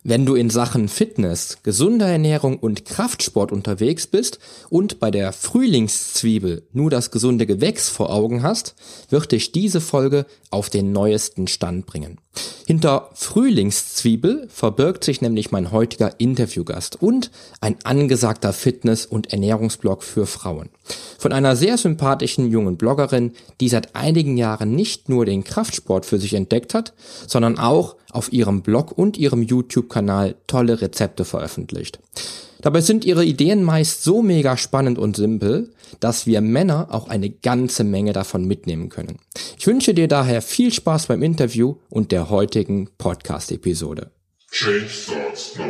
Wenn du in Sachen Fitness, gesunder Ernährung und Kraftsport unterwegs bist und bei der Frühlingszwiebel nur das gesunde Gewächs vor Augen hast, wird dich diese Folge auf den neuesten Stand bringen. Hinter Frühlingszwiebel verbirgt sich nämlich mein heutiger Interviewgast und ein angesagter Fitness- und Ernährungsblog für Frauen. Von einer sehr sympathischen jungen Bloggerin, die seit einigen Jahren nicht nur den Kraftsport für sich entdeckt hat, sondern auch auf ihrem Blog und ihrem YouTube-Kanal tolle Rezepte veröffentlicht. Dabei sind ihre Ideen meist so mega spannend und simpel, dass wir Männer auch eine ganze Menge davon mitnehmen können. Ich wünsche dir daher viel Spaß beim Interview und der heutigen Podcast-Episode. Change starts now.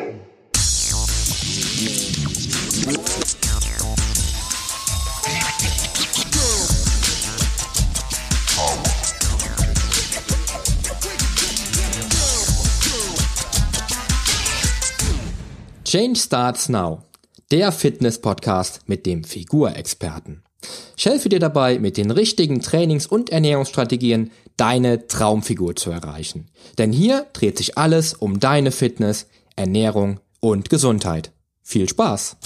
Change Starts Now, der Fitness-Podcast mit dem Figurexperten. Ich helfe dir dabei, mit den richtigen Trainings- und Ernährungsstrategien deine Traumfigur zu erreichen. Denn hier dreht sich alles um deine Fitness, Ernährung und Gesundheit. Viel Spaß!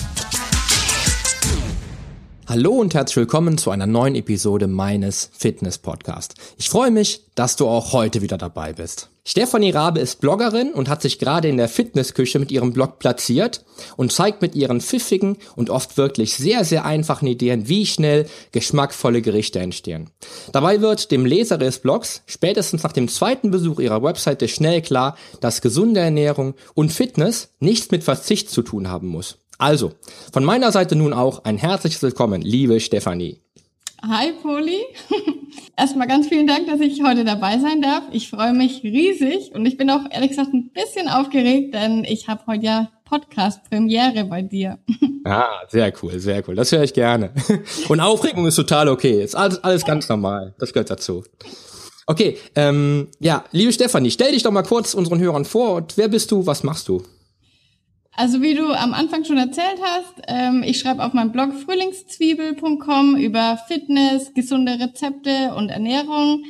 Hallo und herzlich willkommen zu einer neuen Episode meines Fitness-Podcasts. Ich freue mich, dass du auch heute wieder dabei bist. Stefanie Rabe ist Bloggerin und hat sich gerade in der Fitnessküche mit ihrem Blog platziert und zeigt mit ihren pfiffigen und oft wirklich sehr, sehr einfachen Ideen, wie schnell geschmackvolle Gerichte entstehen. Dabei wird dem Leser des Blogs spätestens nach dem zweiten Besuch ihrer Webseite schnell klar, dass gesunde Ernährung und Fitness nichts mit Verzicht zu tun haben muss. Also, von meiner Seite nun auch ein herzliches Willkommen, liebe Stefanie. Hi Poli, erstmal ganz vielen Dank, dass ich heute dabei sein darf. Ich freue mich riesig und ich bin auch ehrlich gesagt ein bisschen aufgeregt, denn ich habe heute ja Podcast-Premiere bei dir. Ah, sehr cool, sehr cool, das höre ich gerne. Und Aufregung ist total okay, ist alles ganz normal, das gehört dazu. Okay, liebe Stefanie, stell dich doch mal kurz unseren Hörern vor und wer bist du, was machst du? Also wie du am Anfang schon erzählt hast, ich schreibe auf meinem Blog frühlingszwiebel.com über Fitness, gesunde Rezepte und Ernährung.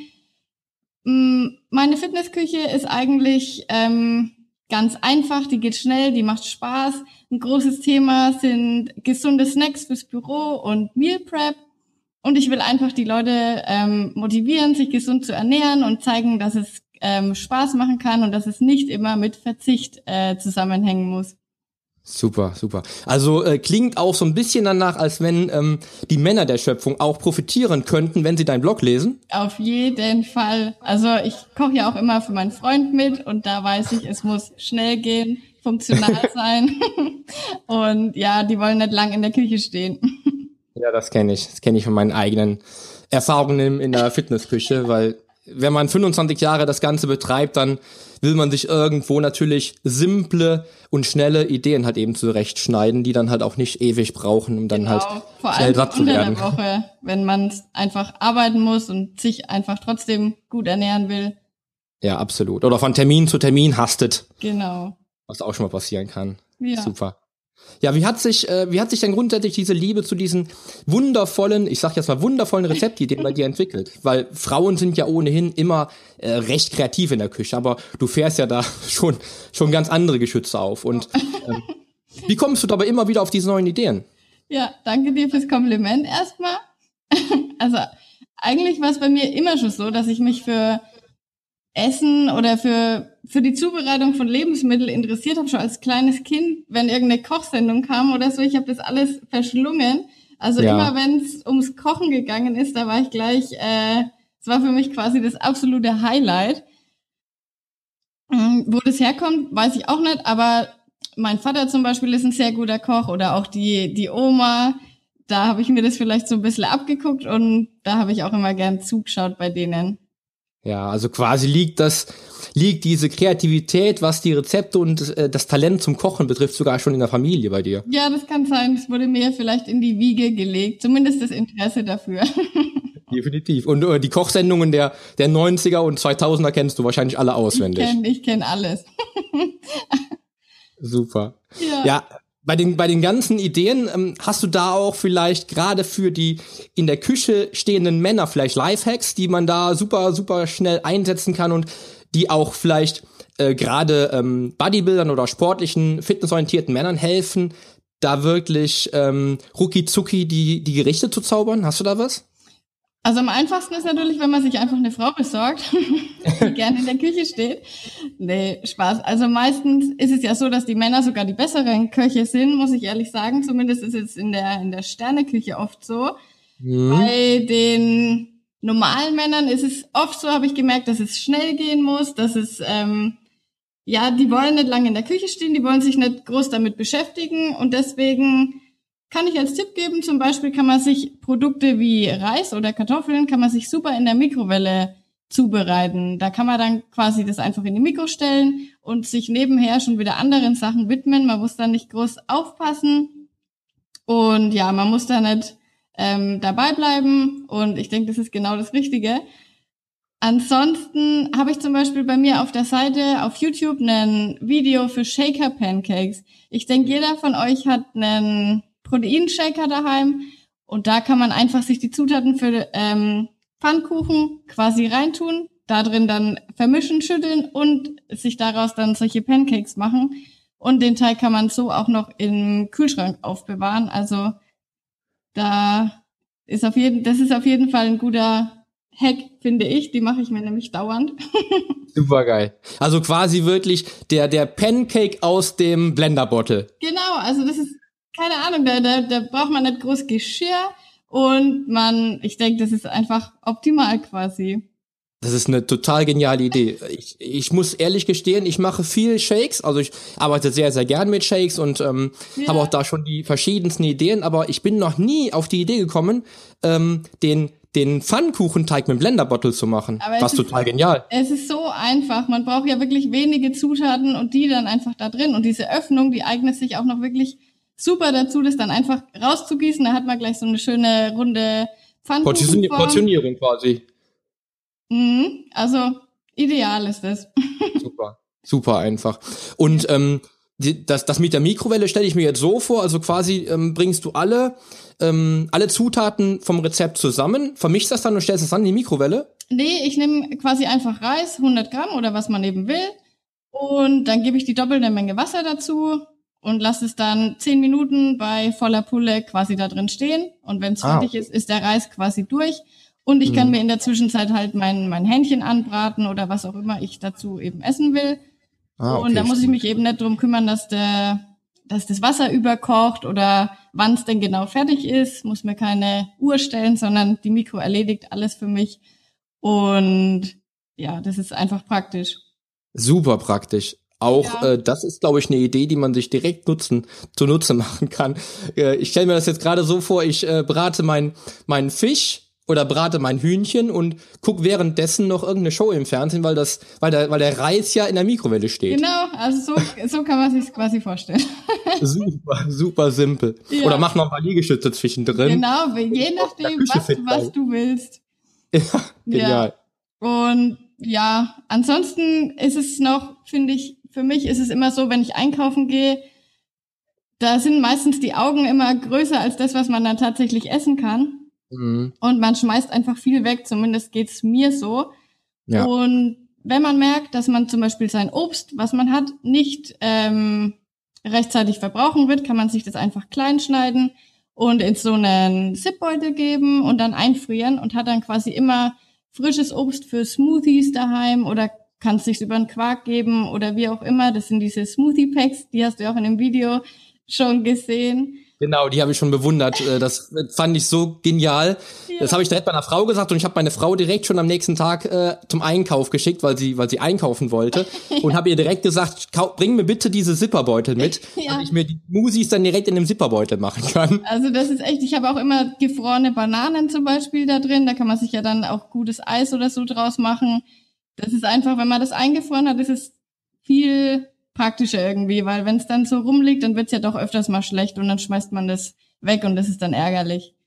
Meine Fitnessküche ist eigentlich ganz einfach, die geht schnell, die macht Spaß. Ein großes Thema sind gesunde Snacks fürs Büro und Meal Prep. Und ich will einfach die Leute motivieren, sich gesund zu ernähren und zeigen, dass es Spaß machen kann und dass es nicht immer mit Verzicht zusammenhängen muss. Super, super. Also klingt auch so ein bisschen danach, als wenn die Männer der Schöpfung auch profitieren könnten, wenn sie deinen Blog lesen. Auf jeden Fall. Also ich koche ja auch immer für meinen Freund mit und da weiß ich, es muss schnell gehen, funktional sein und ja, die wollen nicht lang in der Küche stehen. Ja, das kenne ich. Das kenne ich von meinen eigenen Erfahrungen in der Fitnessküche, weil wenn man 25 Jahre das Ganze betreibt, dann will man sich irgendwo natürlich simple und schnelle Ideen halt eben zurechtschneiden, die dann halt auch nicht ewig brauchen, um dann halt schnell satt zu werden. Vor allem unter der Woche, wenn man einfach arbeiten muss und sich einfach trotzdem gut ernähren will. Ja, absolut. Oder von Termin zu Termin hastet. Genau. Was auch schon mal passieren kann. Ja. Super. Ja, wie hat sich denn grundsätzlich diese Liebe zu diesen wundervollen, ich sag jetzt mal wundervollen Rezeptideen bei dir entwickelt? Weil Frauen sind ja ohnehin immer recht kreativ in der Küche, aber du fährst ja da schon ganz andere Geschütze auf. Und wie kommst du dabei immer wieder auf diese neuen Ideen? Ja, danke dir fürs Kompliment erstmal. Also eigentlich war es bei mir immer schon so, dass ich mich für Essen oder für die Zubereitung von Lebensmitteln interessiert habe, schon als kleines Kind, wenn irgendeine Kochsendung kam oder so, ich habe das alles verschlungen. Also ja. Immer wenn es ums Kochen gegangen ist, da war ich gleich, es war für mich quasi das absolute Highlight. Wo das herkommt, weiß ich auch nicht, aber mein Vater zum Beispiel ist ein sehr guter Koch oder auch die Oma, da habe ich mir das vielleicht so ein bisschen abgeguckt und da habe ich auch immer gern zugeschaut bei denen. Ja, also quasi liegt diese Kreativität, was die Rezepte und das Talent zum Kochen betrifft, sogar schon in der Familie bei dir. Ja, das kann sein. Das wurde mir vielleicht in die Wiege gelegt. Zumindest das Interesse dafür. Definitiv. Und die Kochsendungen der 90er und 2000er kennst du wahrscheinlich alle auswendig. Ich kenn alles. Super. Ja. Bei den ganzen Ideen, hast du da auch vielleicht gerade für die in der Küche stehenden Männer vielleicht Lifehacks, die man da super, super schnell einsetzen kann und die auch vielleicht gerade Bodybuildern oder sportlichen, fitnessorientierten Männern helfen, da wirklich rucki zucki die Gerichte zu zaubern? Hast du da was? Also am einfachsten ist natürlich, wenn man sich einfach eine Frau besorgt, die gerne in der Küche steht. Nee, Spaß. Also meistens ist es ja so, dass die Männer sogar die besseren Köche sind, muss ich ehrlich sagen. Zumindest ist es in der Sterneküche oft so. Bei den normalen Männern ist es oft so, habe ich gemerkt, dass es schnell gehen muss, dass es, die wollen nicht lange in der Küche stehen, die wollen sich nicht groß damit beschäftigen und deswegen kann ich als Tipp geben, zum Beispiel kann man sich Produkte wie Reis oder Kartoffeln, kann man sich super in der Mikrowelle zubereiten. Da kann man dann quasi das einfach in die Mikro stellen und sich nebenher schon wieder anderen Sachen widmen. Man muss da nicht groß aufpassen und ja, man muss da nicht dabei bleiben und ich denke, das ist genau das Richtige. Ansonsten habe ich zum Beispiel bei mir auf der Seite auf YouTube ein Video für Shaker Pancakes. Ich denke, jeder von euch hat einen Proteinshaker daheim und da kann man einfach sich die Zutaten für Pfannkuchen quasi reintun, da drin dann vermischen, schütteln und sich daraus dann solche Pancakes machen und den Teig kann man so auch noch im Kühlschrank aufbewahren. Also das ist auf jeden Fall ein guter Hack, finde ich. Die mache ich mir nämlich dauernd. Super geil. Also quasi wirklich der Pancake aus dem Blender-Bottle. Genau, also das ist keine Ahnung, da braucht man nicht groß Geschirr und ich denke, das ist einfach optimal quasi. Das ist eine total geniale Idee. Ich muss ehrlich gestehen, ich mache viel Shakes, also ich arbeite sehr, sehr gern mit Shakes und habe auch da schon die verschiedensten Ideen, aber ich bin noch nie auf die Idee gekommen, den Pfannkuchenteig mit dem Blender-Bottle zu machen. Was total genial. Es ist so einfach, man braucht ja wirklich wenige Zutaten und die dann einfach da drin und diese Öffnung, die eignet sich auch noch wirklich super dazu, das dann einfach rauszugießen, da hat man gleich so eine schöne runde Pfannkuchenform. Portionierung quasi. Also ideal ist das. Super einfach. Und das mit der Mikrowelle stelle ich mir jetzt so vor, also quasi bringst du alle Zutaten vom Rezept zusammen, vermischst das dann und stellst es dann in die Mikrowelle? Nee, ich nehme quasi einfach Reis, 100 Gramm oder was man eben will und dann gebe ich die doppelte Menge Wasser dazu und lasse es dann 10 Minuten bei voller Pulle quasi da drin stehen und wenn es fertig ist der Reis quasi durch. Und ich kann mir in der Zwischenzeit halt mein Hähnchen anbraten oder was auch immer ich dazu eben essen will. Okay, und da muss ich mich eben nicht drum kümmern, dass das Wasser überkocht oder wann es denn genau fertig ist. Muss mir keine Uhr stellen, sondern die Mikro erledigt alles für mich. Und ja, das ist einfach praktisch. Super praktisch. Auch das ist, glaube ich, eine Idee, die man sich direkt zunutze machen kann. Ich stelle mir das jetzt gerade so vor, ich brate meinen Fisch oder brate mein Hühnchen und guck währenddessen noch irgendeine Show im Fernsehen, weil der Reis ja in der Mikrowelle steht. Genau, also so kann man sich quasi vorstellen. Super simpel. Ja. Oder mach noch ein paar Liegestütze zwischendrin. Genau, je nachdem, was du willst. Ja, genial. Ja. Und ja, ansonsten ist es noch, finde ich, für mich ist es immer so, wenn ich einkaufen gehe, da sind meistens die Augen immer größer als das, was man dann tatsächlich essen kann. Und man schmeißt einfach viel weg, zumindest geht's mir so. Ja. Und wenn man merkt, dass man zum Beispiel sein Obst, was man hat, nicht rechtzeitig verbrauchen wird, kann man sich das einfach klein schneiden und in so einen Zipbeutel geben und dann einfrieren und hat dann quasi immer frisches Obst für Smoothies daheim oder kann es sich über einen Quark geben oder wie auch immer. Das sind diese Smoothie-Packs, die hast du auch in dem Video schon gesehen. Genau, die habe ich schon bewundert. Das fand ich so genial. Ja. Das habe ich direkt meiner Frau gesagt und ich habe meine Frau direkt schon am nächsten Tag zum Einkauf geschickt, weil sie einkaufen wollte und habe ihr direkt gesagt, bring mir bitte diese Zipperbeutel mit, dass ich mir die Smoothies dann direkt in dem Zipperbeutel machen kann. Also das ist echt, ich habe auch immer gefrorene Bananen zum Beispiel da drin, da kann man sich ja dann auch gutes Eis oder so draus machen. Das ist einfach, wenn man das eingefroren hat, ist es viel praktischer irgendwie, weil wenn es dann so rumliegt, dann wird's ja doch öfters mal schlecht und dann schmeißt man das weg und das ist dann ärgerlich.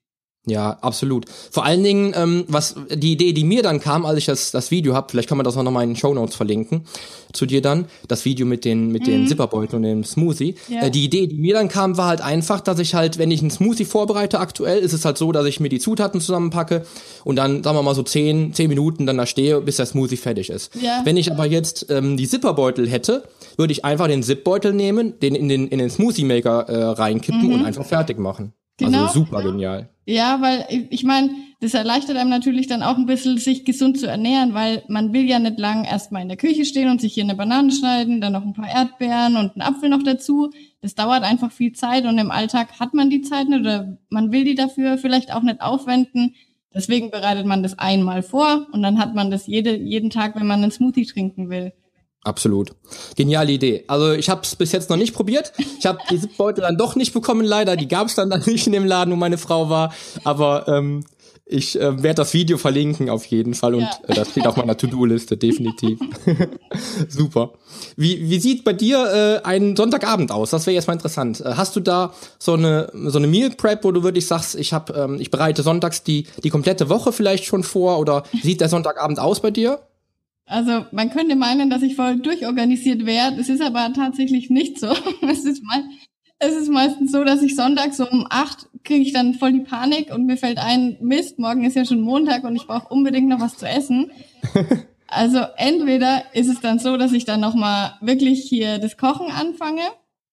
Ja, absolut. Vor allen Dingen, was die Idee, die mir dann kam, als ich das Video habe, vielleicht kann man das auch nochmal in den Shownotes verlinken, zu dir dann, das Video mit den Zipperbeuteln und dem Smoothie. Ja. Die Idee, die mir dann kam, war halt einfach, dass ich halt, wenn ich einen Smoothie vorbereite aktuell, ist es halt so, dass ich mir die Zutaten zusammenpacke und dann, sagen wir mal so 10 Minuten dann da stehe, bis der Smoothie fertig ist. Ja. Wenn ich aber jetzt die Zipperbeutel hätte, würde ich einfach den Zipbeutel nehmen, den in den Smoothie Maker reinkippen und einfach fertig machen. Genau. Also super genial. Ja, weil ich meine, das erleichtert einem natürlich dann auch ein bisschen, sich gesund zu ernähren, weil man will ja nicht lang erstmal in der Küche stehen und sich hier eine Banane schneiden, dann noch ein paar Erdbeeren und einen Apfel noch dazu. Das dauert einfach viel Zeit und im Alltag hat man die Zeit nicht oder man will die dafür vielleicht auch nicht aufwenden. Deswegen bereitet man das einmal vor und dann hat man das jeden Tag, wenn man einen Smoothie trinken will. Absolut. Geniale Idee. Also ich habe es bis jetzt noch nicht probiert. Ich habe die Zipbeutel dann doch nicht bekommen, leider. Die gab es dann nicht in dem Laden, wo meine Frau war. Aber ich werde das Video verlinken auf jeden Fall und das steht auf meiner To-Do-Liste, definitiv. Super. Wie sieht bei dir ein Sonntagabend aus? Das wäre jetzt mal interessant. Hast du da so eine Meal Prep, wo du wirklich sagst, ich bereite sonntags die komplette Woche vielleicht schon vor, oder wie sieht der Sonntagabend aus bei dir? Also man könnte meinen, dass ich voll durchorganisiert wäre. Das ist aber tatsächlich nicht so. Es ist meistens so, dass ich sonntags so um 8 kriege ich dann voll die Panik und mir fällt ein, Mist, morgen ist ja schon Montag und ich brauche unbedingt noch was zu essen. Also entweder ist es dann so, dass ich dann nochmal wirklich hier das Kochen anfange,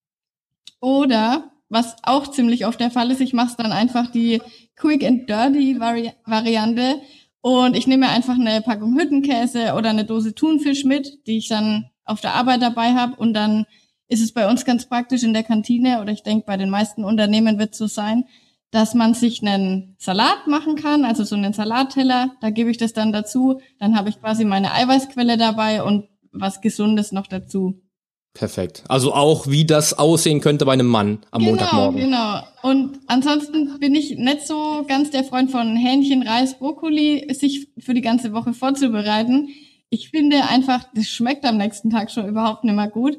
oder, was auch ziemlich oft der Fall ist, ich mache dann einfach die Quick and Dirty Variante. Und ich nehme mir einfach eine Packung Hüttenkäse oder eine Dose Thunfisch mit, die ich dann auf der Arbeit dabei habe. Und dann ist es bei uns ganz praktisch in der Kantine, oder ich denke, bei den meisten Unternehmen wird es so sein, dass man sich einen Salat machen kann, also so einen Salatteller. Da gebe ich das dann dazu. Dann habe ich quasi meine Eiweißquelle dabei und was Gesundes noch dazu. Perfekt. Also auch, wie das aussehen könnte bei einem Mann am Montagmorgen. Genau. Und ansonsten bin ich nicht so ganz der Freund von Hähnchen, Reis, Brokkoli, sich für die ganze Woche vorzubereiten. Ich finde einfach, das schmeckt am nächsten Tag schon überhaupt nicht mehr gut.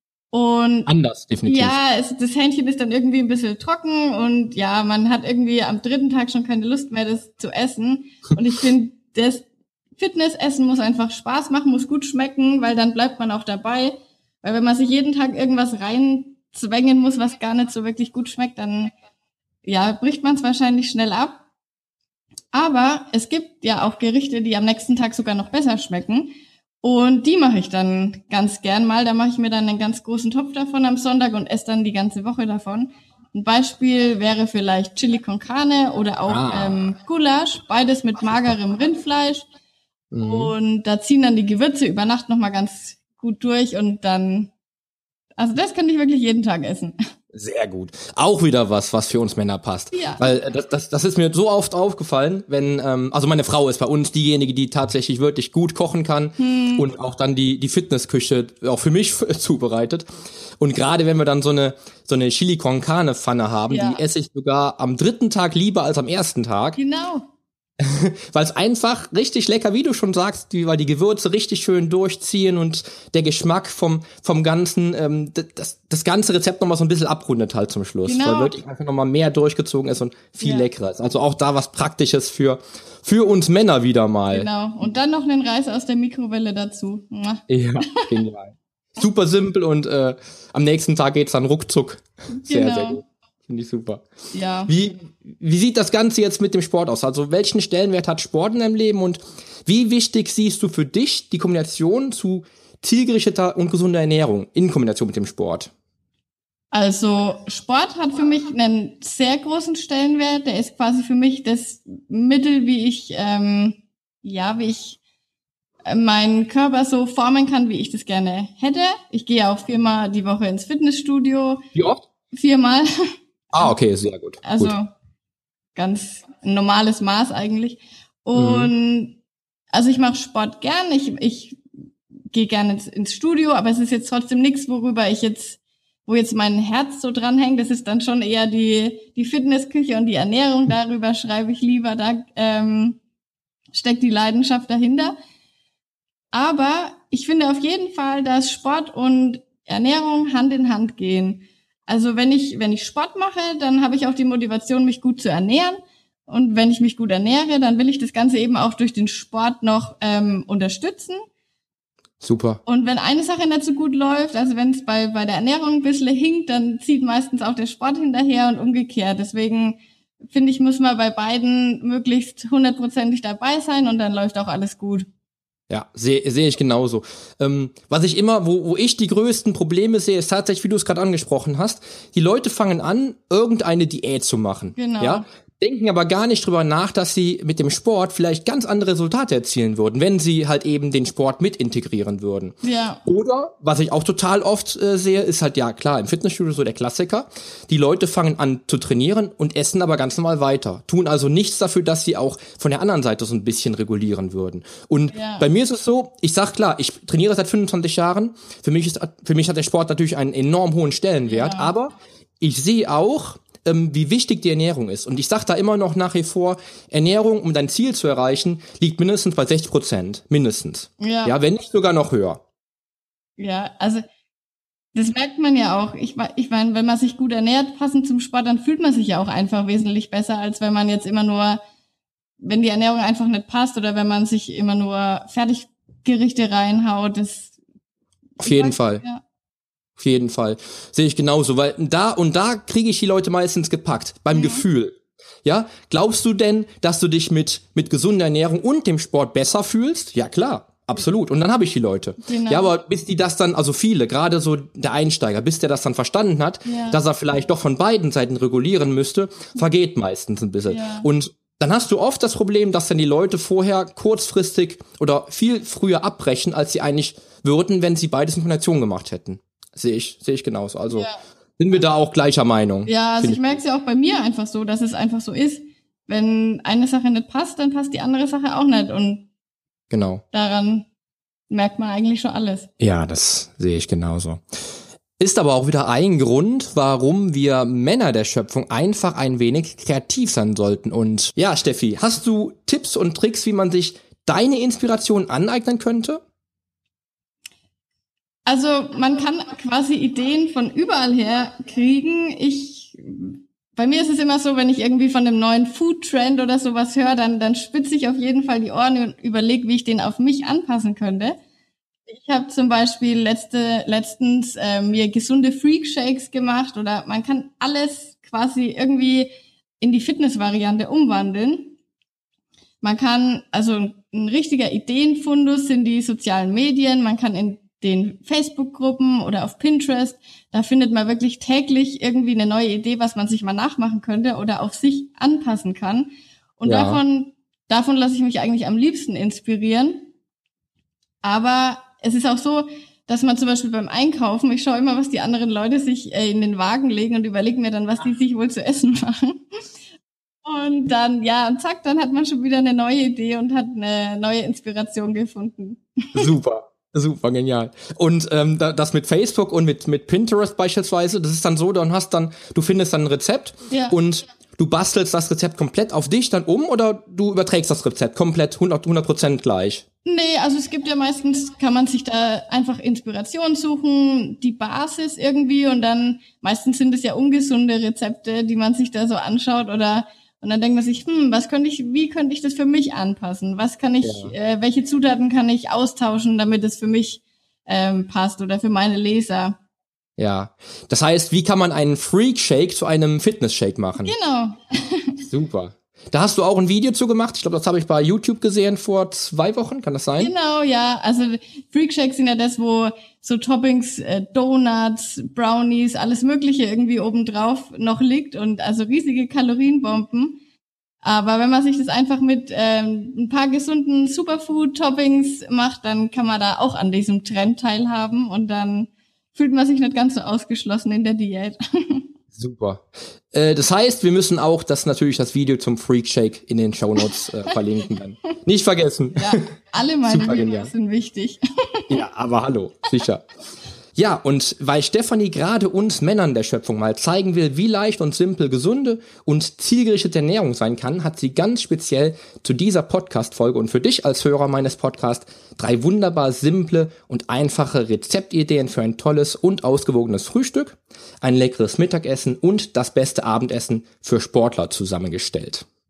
Und anders, definitiv. Ja, das Hähnchen ist dann irgendwie ein bisschen trocken und ja, man hat irgendwie am 3. Tag schon keine Lust mehr, das zu essen. Und ich finde, das Fitnessessen muss einfach Spaß machen, muss gut schmecken, weil dann bleibt man auch dabei. Weil wenn man sich jeden Tag irgendwas reinzwängen muss, was gar nicht so wirklich gut schmeckt, dann ja, bricht man es wahrscheinlich schnell ab. Aber es gibt ja auch Gerichte, die am nächsten Tag sogar noch besser schmecken. Und die mache ich dann ganz gern mal. Da mache ich mir dann einen ganz großen Topf davon am Sonntag und esse dann die ganze Woche davon. Ein Beispiel wäre vielleicht Chili con Carne oder auch Gulasch, beides mit magerem Rindfleisch. Und da ziehen dann die Gewürze über Nacht nochmal ganz gut durch und dann, also das könnte ich wirklich jeden Tag essen. Sehr gut. Auch wieder was für uns Männer passt. Ja. Weil das ist mir so oft aufgefallen, wenn, also meine Frau ist bei uns diejenige, die tatsächlich wirklich gut kochen kann und auch dann die Fitnessküche auch für mich zubereitet. Und gerade wenn wir dann so eine Chili con Carne Pfanne haben, die esse ich sogar am 3. Tag lieber als am 1. Tag. Genau. Weil es einfach richtig lecker, wie du schon sagst, weil die Gewürze richtig schön durchziehen und der Geschmack vom Ganzen, das ganze Rezept nochmal so ein bisschen abrundet halt zum Schluss. Genau. Weil wirklich einfach nochmal mehr durchgezogen ist und viel leckerer ist. Also auch da was Praktisches für uns Männer wieder mal. Genau. Und dann noch einen Reis aus der Mikrowelle dazu. Ja, genial. Super simpel und am nächsten Tag geht's dann ruckzuck. Sehr, sehr gut. Finde ich super. Ja. Wie sieht das Ganze jetzt mit dem Sport aus? Also welchen Stellenwert hat Sport in deinem Leben und wie wichtig siehst du für dich die Kombination zu zielgerichteter und gesunder Ernährung in Kombination mit dem Sport? Also Sport hat für mich einen sehr großen Stellenwert. Der ist quasi für mich das Mittel, wie ich meinen Körper so formen kann, wie ich das gerne hätte. Ich gehe auch 4-mal die Woche ins Fitnessstudio. Wie oft? 4-mal. Okay, sehr gut. Also gut. ganz normales Maß eigentlich. Und also ich mache Sport gern. Ich gehe gerne ins Studio, aber es ist jetzt trotzdem nichts, wo jetzt mein Herz so dranhängt. Das ist dann schon eher die Fitnessküche und die Ernährung. Darüber schreibe ich lieber. Da steckt die Leidenschaft dahinter. Aber ich finde auf jeden Fall, dass Sport und Ernährung Hand in Hand gehen. Also wenn ich Sport mache, dann habe ich auch die Motivation, mich gut zu ernähren. Und wenn ich mich gut ernähre, dann will ich das Ganze eben auch durch den Sport noch unterstützen. Super. Und wenn eine Sache nicht so gut läuft, also wenn es bei der Ernährung ein bisschen hinkt, dann zieht meistens auch der Sport hinterher und umgekehrt. Deswegen finde ich, muss man bei beiden möglichst 100%ig dabei sein und dann läuft auch alles gut. Ja, sehe ich genauso. Was ich immer, wo ich die größten Probleme sehe, ist tatsächlich, wie du es gerade angesprochen hast, die Leute fangen an, irgendeine Diät zu machen. Genau. Ja, denken aber gar nicht drüber nach, dass sie mit dem Sport vielleicht ganz andere Resultate erzielen würden, wenn sie halt eben den Sport mit integrieren würden. Ja. Oder, was ich auch total oft sehe, ist halt, ja klar, im Fitnessstudio so der Klassiker, die Leute fangen an zu trainieren und essen aber ganz normal weiter. Tun also nichts dafür, dass sie auch von der anderen Seite so ein bisschen regulieren würden. Und bei mir ist es so, ich sag klar, ich trainiere seit 25 Jahren, für mich hat der Sport natürlich einen enorm hohen Stellenwert, aber ich sehe auch, wie wichtig die Ernährung ist. Und ich sage da immer noch nach wie vor, Ernährung, um dein Ziel zu erreichen, liegt mindestens bei 60%. Mindestens. Ja, wenn nicht sogar noch höher. Ja, also das merkt man ja auch. Ich meine, wenn man sich gut ernährt, passend zum Sport, dann fühlt man sich ja auch einfach wesentlich besser, als wenn man jetzt immer nur, wenn die Ernährung einfach nicht passt oder wenn man sich immer nur Fertiggerichte reinhaut. Auf jeden Fall. Ja. Auf jeden Fall. Sehe ich genauso, weil da kriege ich die Leute meistens gepackt, beim Gefühl. Ja, glaubst du denn, dass du dich mit gesunder Ernährung und dem Sport besser fühlst? Ja, klar, absolut. Und dann habe ich die Leute. Genau. Ja, aber bis die das dann, also viele, gerade so der Einsteiger, bis der das dann verstanden hat, dass er vielleicht doch von beiden Seiten regulieren müsste, vergeht meistens ein bisschen. Ja. Und dann hast du oft das Problem, dass dann die Leute vorher kurzfristig oder viel früher abbrechen, als sie eigentlich würden, wenn sie beides in Kombination gemacht hätten. Sehe ich genauso. Also sind wir da auch gleicher Meinung. Ja, also ich merke es ja auch bei mir einfach so, dass es einfach so ist. Wenn eine Sache nicht passt, dann passt die andere Sache auch nicht. Und daran merkt man eigentlich schon alles. Ja, das sehe ich genauso. Ist aber auch wieder ein Grund, warum wir Männer der Schöpfung einfach ein wenig kreativ sein sollten. Und ja, Steffi, hast du Tipps und Tricks, wie man sich deine Inspiration aneignen könnte? Also man kann quasi Ideen von überall her kriegen. Bei mir ist es immer so, wenn ich irgendwie von einem neuen Food-Trend oder sowas höre, dann spitze ich auf jeden Fall die Ohren und überlege, wie ich den auf mich anpassen könnte. Ich habe zum Beispiel letztens mir gesunde Freak-Shakes gemacht oder man kann alles quasi irgendwie in die Fitness-Variante umwandeln. Man kann, also ein richtiger Ideenfundus sind die sozialen Medien, man kann in den Facebook-Gruppen oder auf Pinterest, da findet man wirklich täglich irgendwie eine neue Idee, was man sich mal nachmachen könnte oder auf sich anpassen kann. Und davon lasse ich mich eigentlich am liebsten inspirieren. Aber es ist auch so, dass man zum Beispiel beim Einkaufen, ich schaue immer, was die anderen Leute sich in den Wagen legen und überlege mir dann, was die sich wohl zu essen machen. Und dann, und zack, dann hat man schon wieder eine neue Idee und hat eine neue Inspiration gefunden. Super, genial. Und das mit Facebook und mit Pinterest beispielsweise, das ist dann so, du findest dann ein Rezept und du bastelst das Rezept komplett auf dich dann um oder du überträgst das Rezept komplett 100% gleich? Nee, also es gibt ja meistens, kann man sich da einfach Inspiration suchen, die Basis irgendwie und dann, meistens sind es ja ungesunde Rezepte, die man sich da so anschaut und dann denkt man sich, wie könnte ich das für mich anpassen? Was kann ich, welche Zutaten kann ich austauschen, damit es für mich passt oder für meine Leser? Ja, das heißt, wie kann man einen Freak-Shake zu einem Fitness-Shake machen? Genau. Super. Da hast du auch ein Video zu gemacht. Ich glaube, das habe ich bei YouTube gesehen vor 2 Wochen. Kann das sein? Genau, ja. Also Freak-Shakes sind ja das, wo so Toppings, Donuts, Brownies, alles Mögliche irgendwie obendrauf noch liegt und also riesige Kalorienbomben. Aber wenn man sich das einfach mit ein paar gesunden Superfood-Toppings macht, dann kann man da auch an diesem Trend teilhaben und dann fühlt man sich nicht ganz so ausgeschlossen in der Diät. Super. Das heißt, wir müssen auch das Video zum Freak Shake in den Shownotes verlinken dann. Nicht vergessen. Ja, alle meine Videos sind wichtig. Ja, aber hallo, sicher. Ja, und weil Stefanie gerade uns Männern der Schöpfung mal zeigen will, wie leicht und simpel gesunde und zielgerichtete Ernährung sein kann, hat sie ganz speziell zu dieser Podcast-Folge und für dich als Hörer meines Podcasts 3 wunderbar simple und einfache Rezeptideen für ein tolles und ausgewogenes Frühstück, ein leckeres Mittagessen und das beste Abendessen für Sportler zusammengestellt.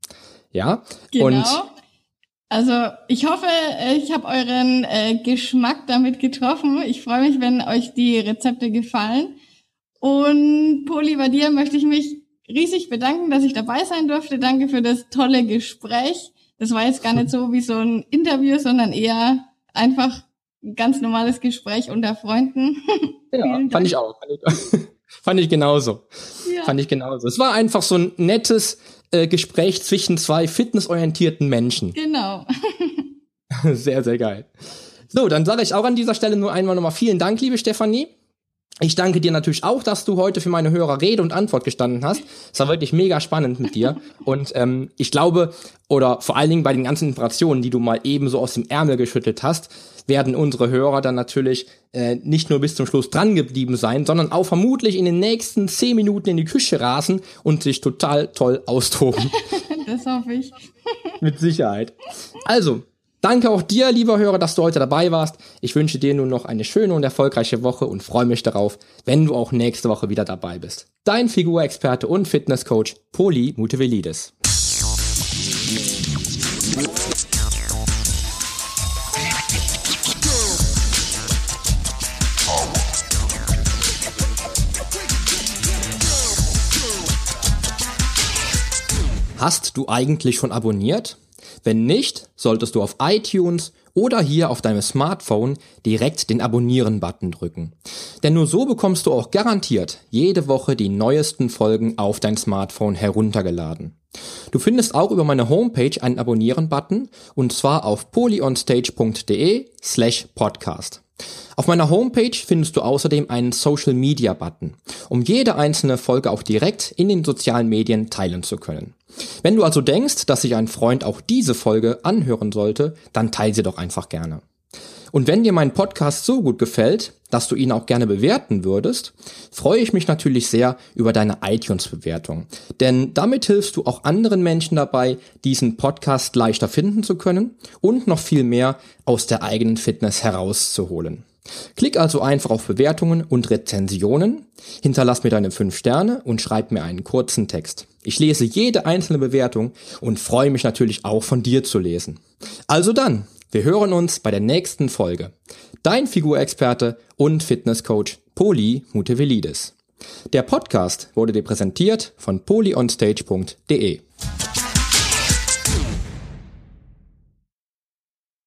Ja, Genau. Und also ich hoffe, ich habe euren Geschmack damit getroffen. Ich freue mich, wenn euch die Rezepte gefallen. Und Poli, bei dir möchte ich mich riesig bedanken, dass ich dabei sein durfte. Danke für das tolle Gespräch. Das war jetzt gar nicht so wie so ein Interview, sondern eher einfach ein ganz normales Gespräch unter Freunden. ja, fand ich auch. Fand ich genauso. Ja. Fand ich genauso. Es war einfach so ein nettes Gespräch zwischen zwei fitnessorientierten Menschen. Genau. Sehr, sehr geil. So, dann sage ich auch an dieser Stelle nur einmal nochmal vielen Dank, liebe Stefanie. Ich danke dir natürlich auch, dass du heute für meine Hörer Rede und Antwort gestanden hast. Es war wirklich mega spannend mit dir. Und ich glaube, oder vor allen Dingen bei den ganzen Inspirationen, die du mal eben so aus dem Ärmel geschüttelt hast, werden unsere Hörer dann natürlich nicht nur bis zum Schluss dran geblieben sein, sondern auch vermutlich in den nächsten 10 Minuten in die Küche rasen und sich total toll austoben. Das hoffe ich. Mit Sicherheit. Also, danke auch dir, lieber Hörer, dass du heute dabei warst. Ich wünsche dir nun noch eine schöne und erfolgreiche Woche und freue mich darauf, wenn du auch nächste Woche wieder dabei bist. Dein Figurexperte und Fitnesscoach Poli Mutevelidis. Hast du eigentlich schon abonniert? Wenn nicht, solltest du auf iTunes oder hier auf deinem Smartphone direkt den Abonnieren-Button drücken. Denn nur so bekommst du auch garantiert jede Woche die neuesten Folgen auf dein Smartphone heruntergeladen. Du findest auch über meine Homepage einen Abonnieren-Button und zwar auf polyonstage.de/podcast. Auf meiner Homepage findest du außerdem einen Social-Media-Button, um jede einzelne Folge auch direkt in den sozialen Medien teilen zu können. Wenn du also denkst, dass sich ein Freund auch diese Folge anhören sollte, dann teile sie doch einfach gerne. Und wenn dir mein Podcast so gut gefällt, dass du ihn auch gerne bewerten würdest, freue ich mich natürlich sehr über deine iTunes-Bewertung. Denn damit hilfst du auch anderen Menschen dabei, diesen Podcast leichter finden zu können und noch viel mehr aus der eigenen Fitness herauszuholen. Klick also einfach auf Bewertungen und Rezensionen, hinterlass mir deine 5 Sterne und schreib mir einen kurzen Text. Ich lese jede einzelne Bewertung und freue mich natürlich auch von dir zu lesen. Also dann, wir hören uns bei der nächsten Folge. Dein Figurexperte und Fitnesscoach Poli Mutevelidis. Der Podcast wurde dir präsentiert von polyonstage.de.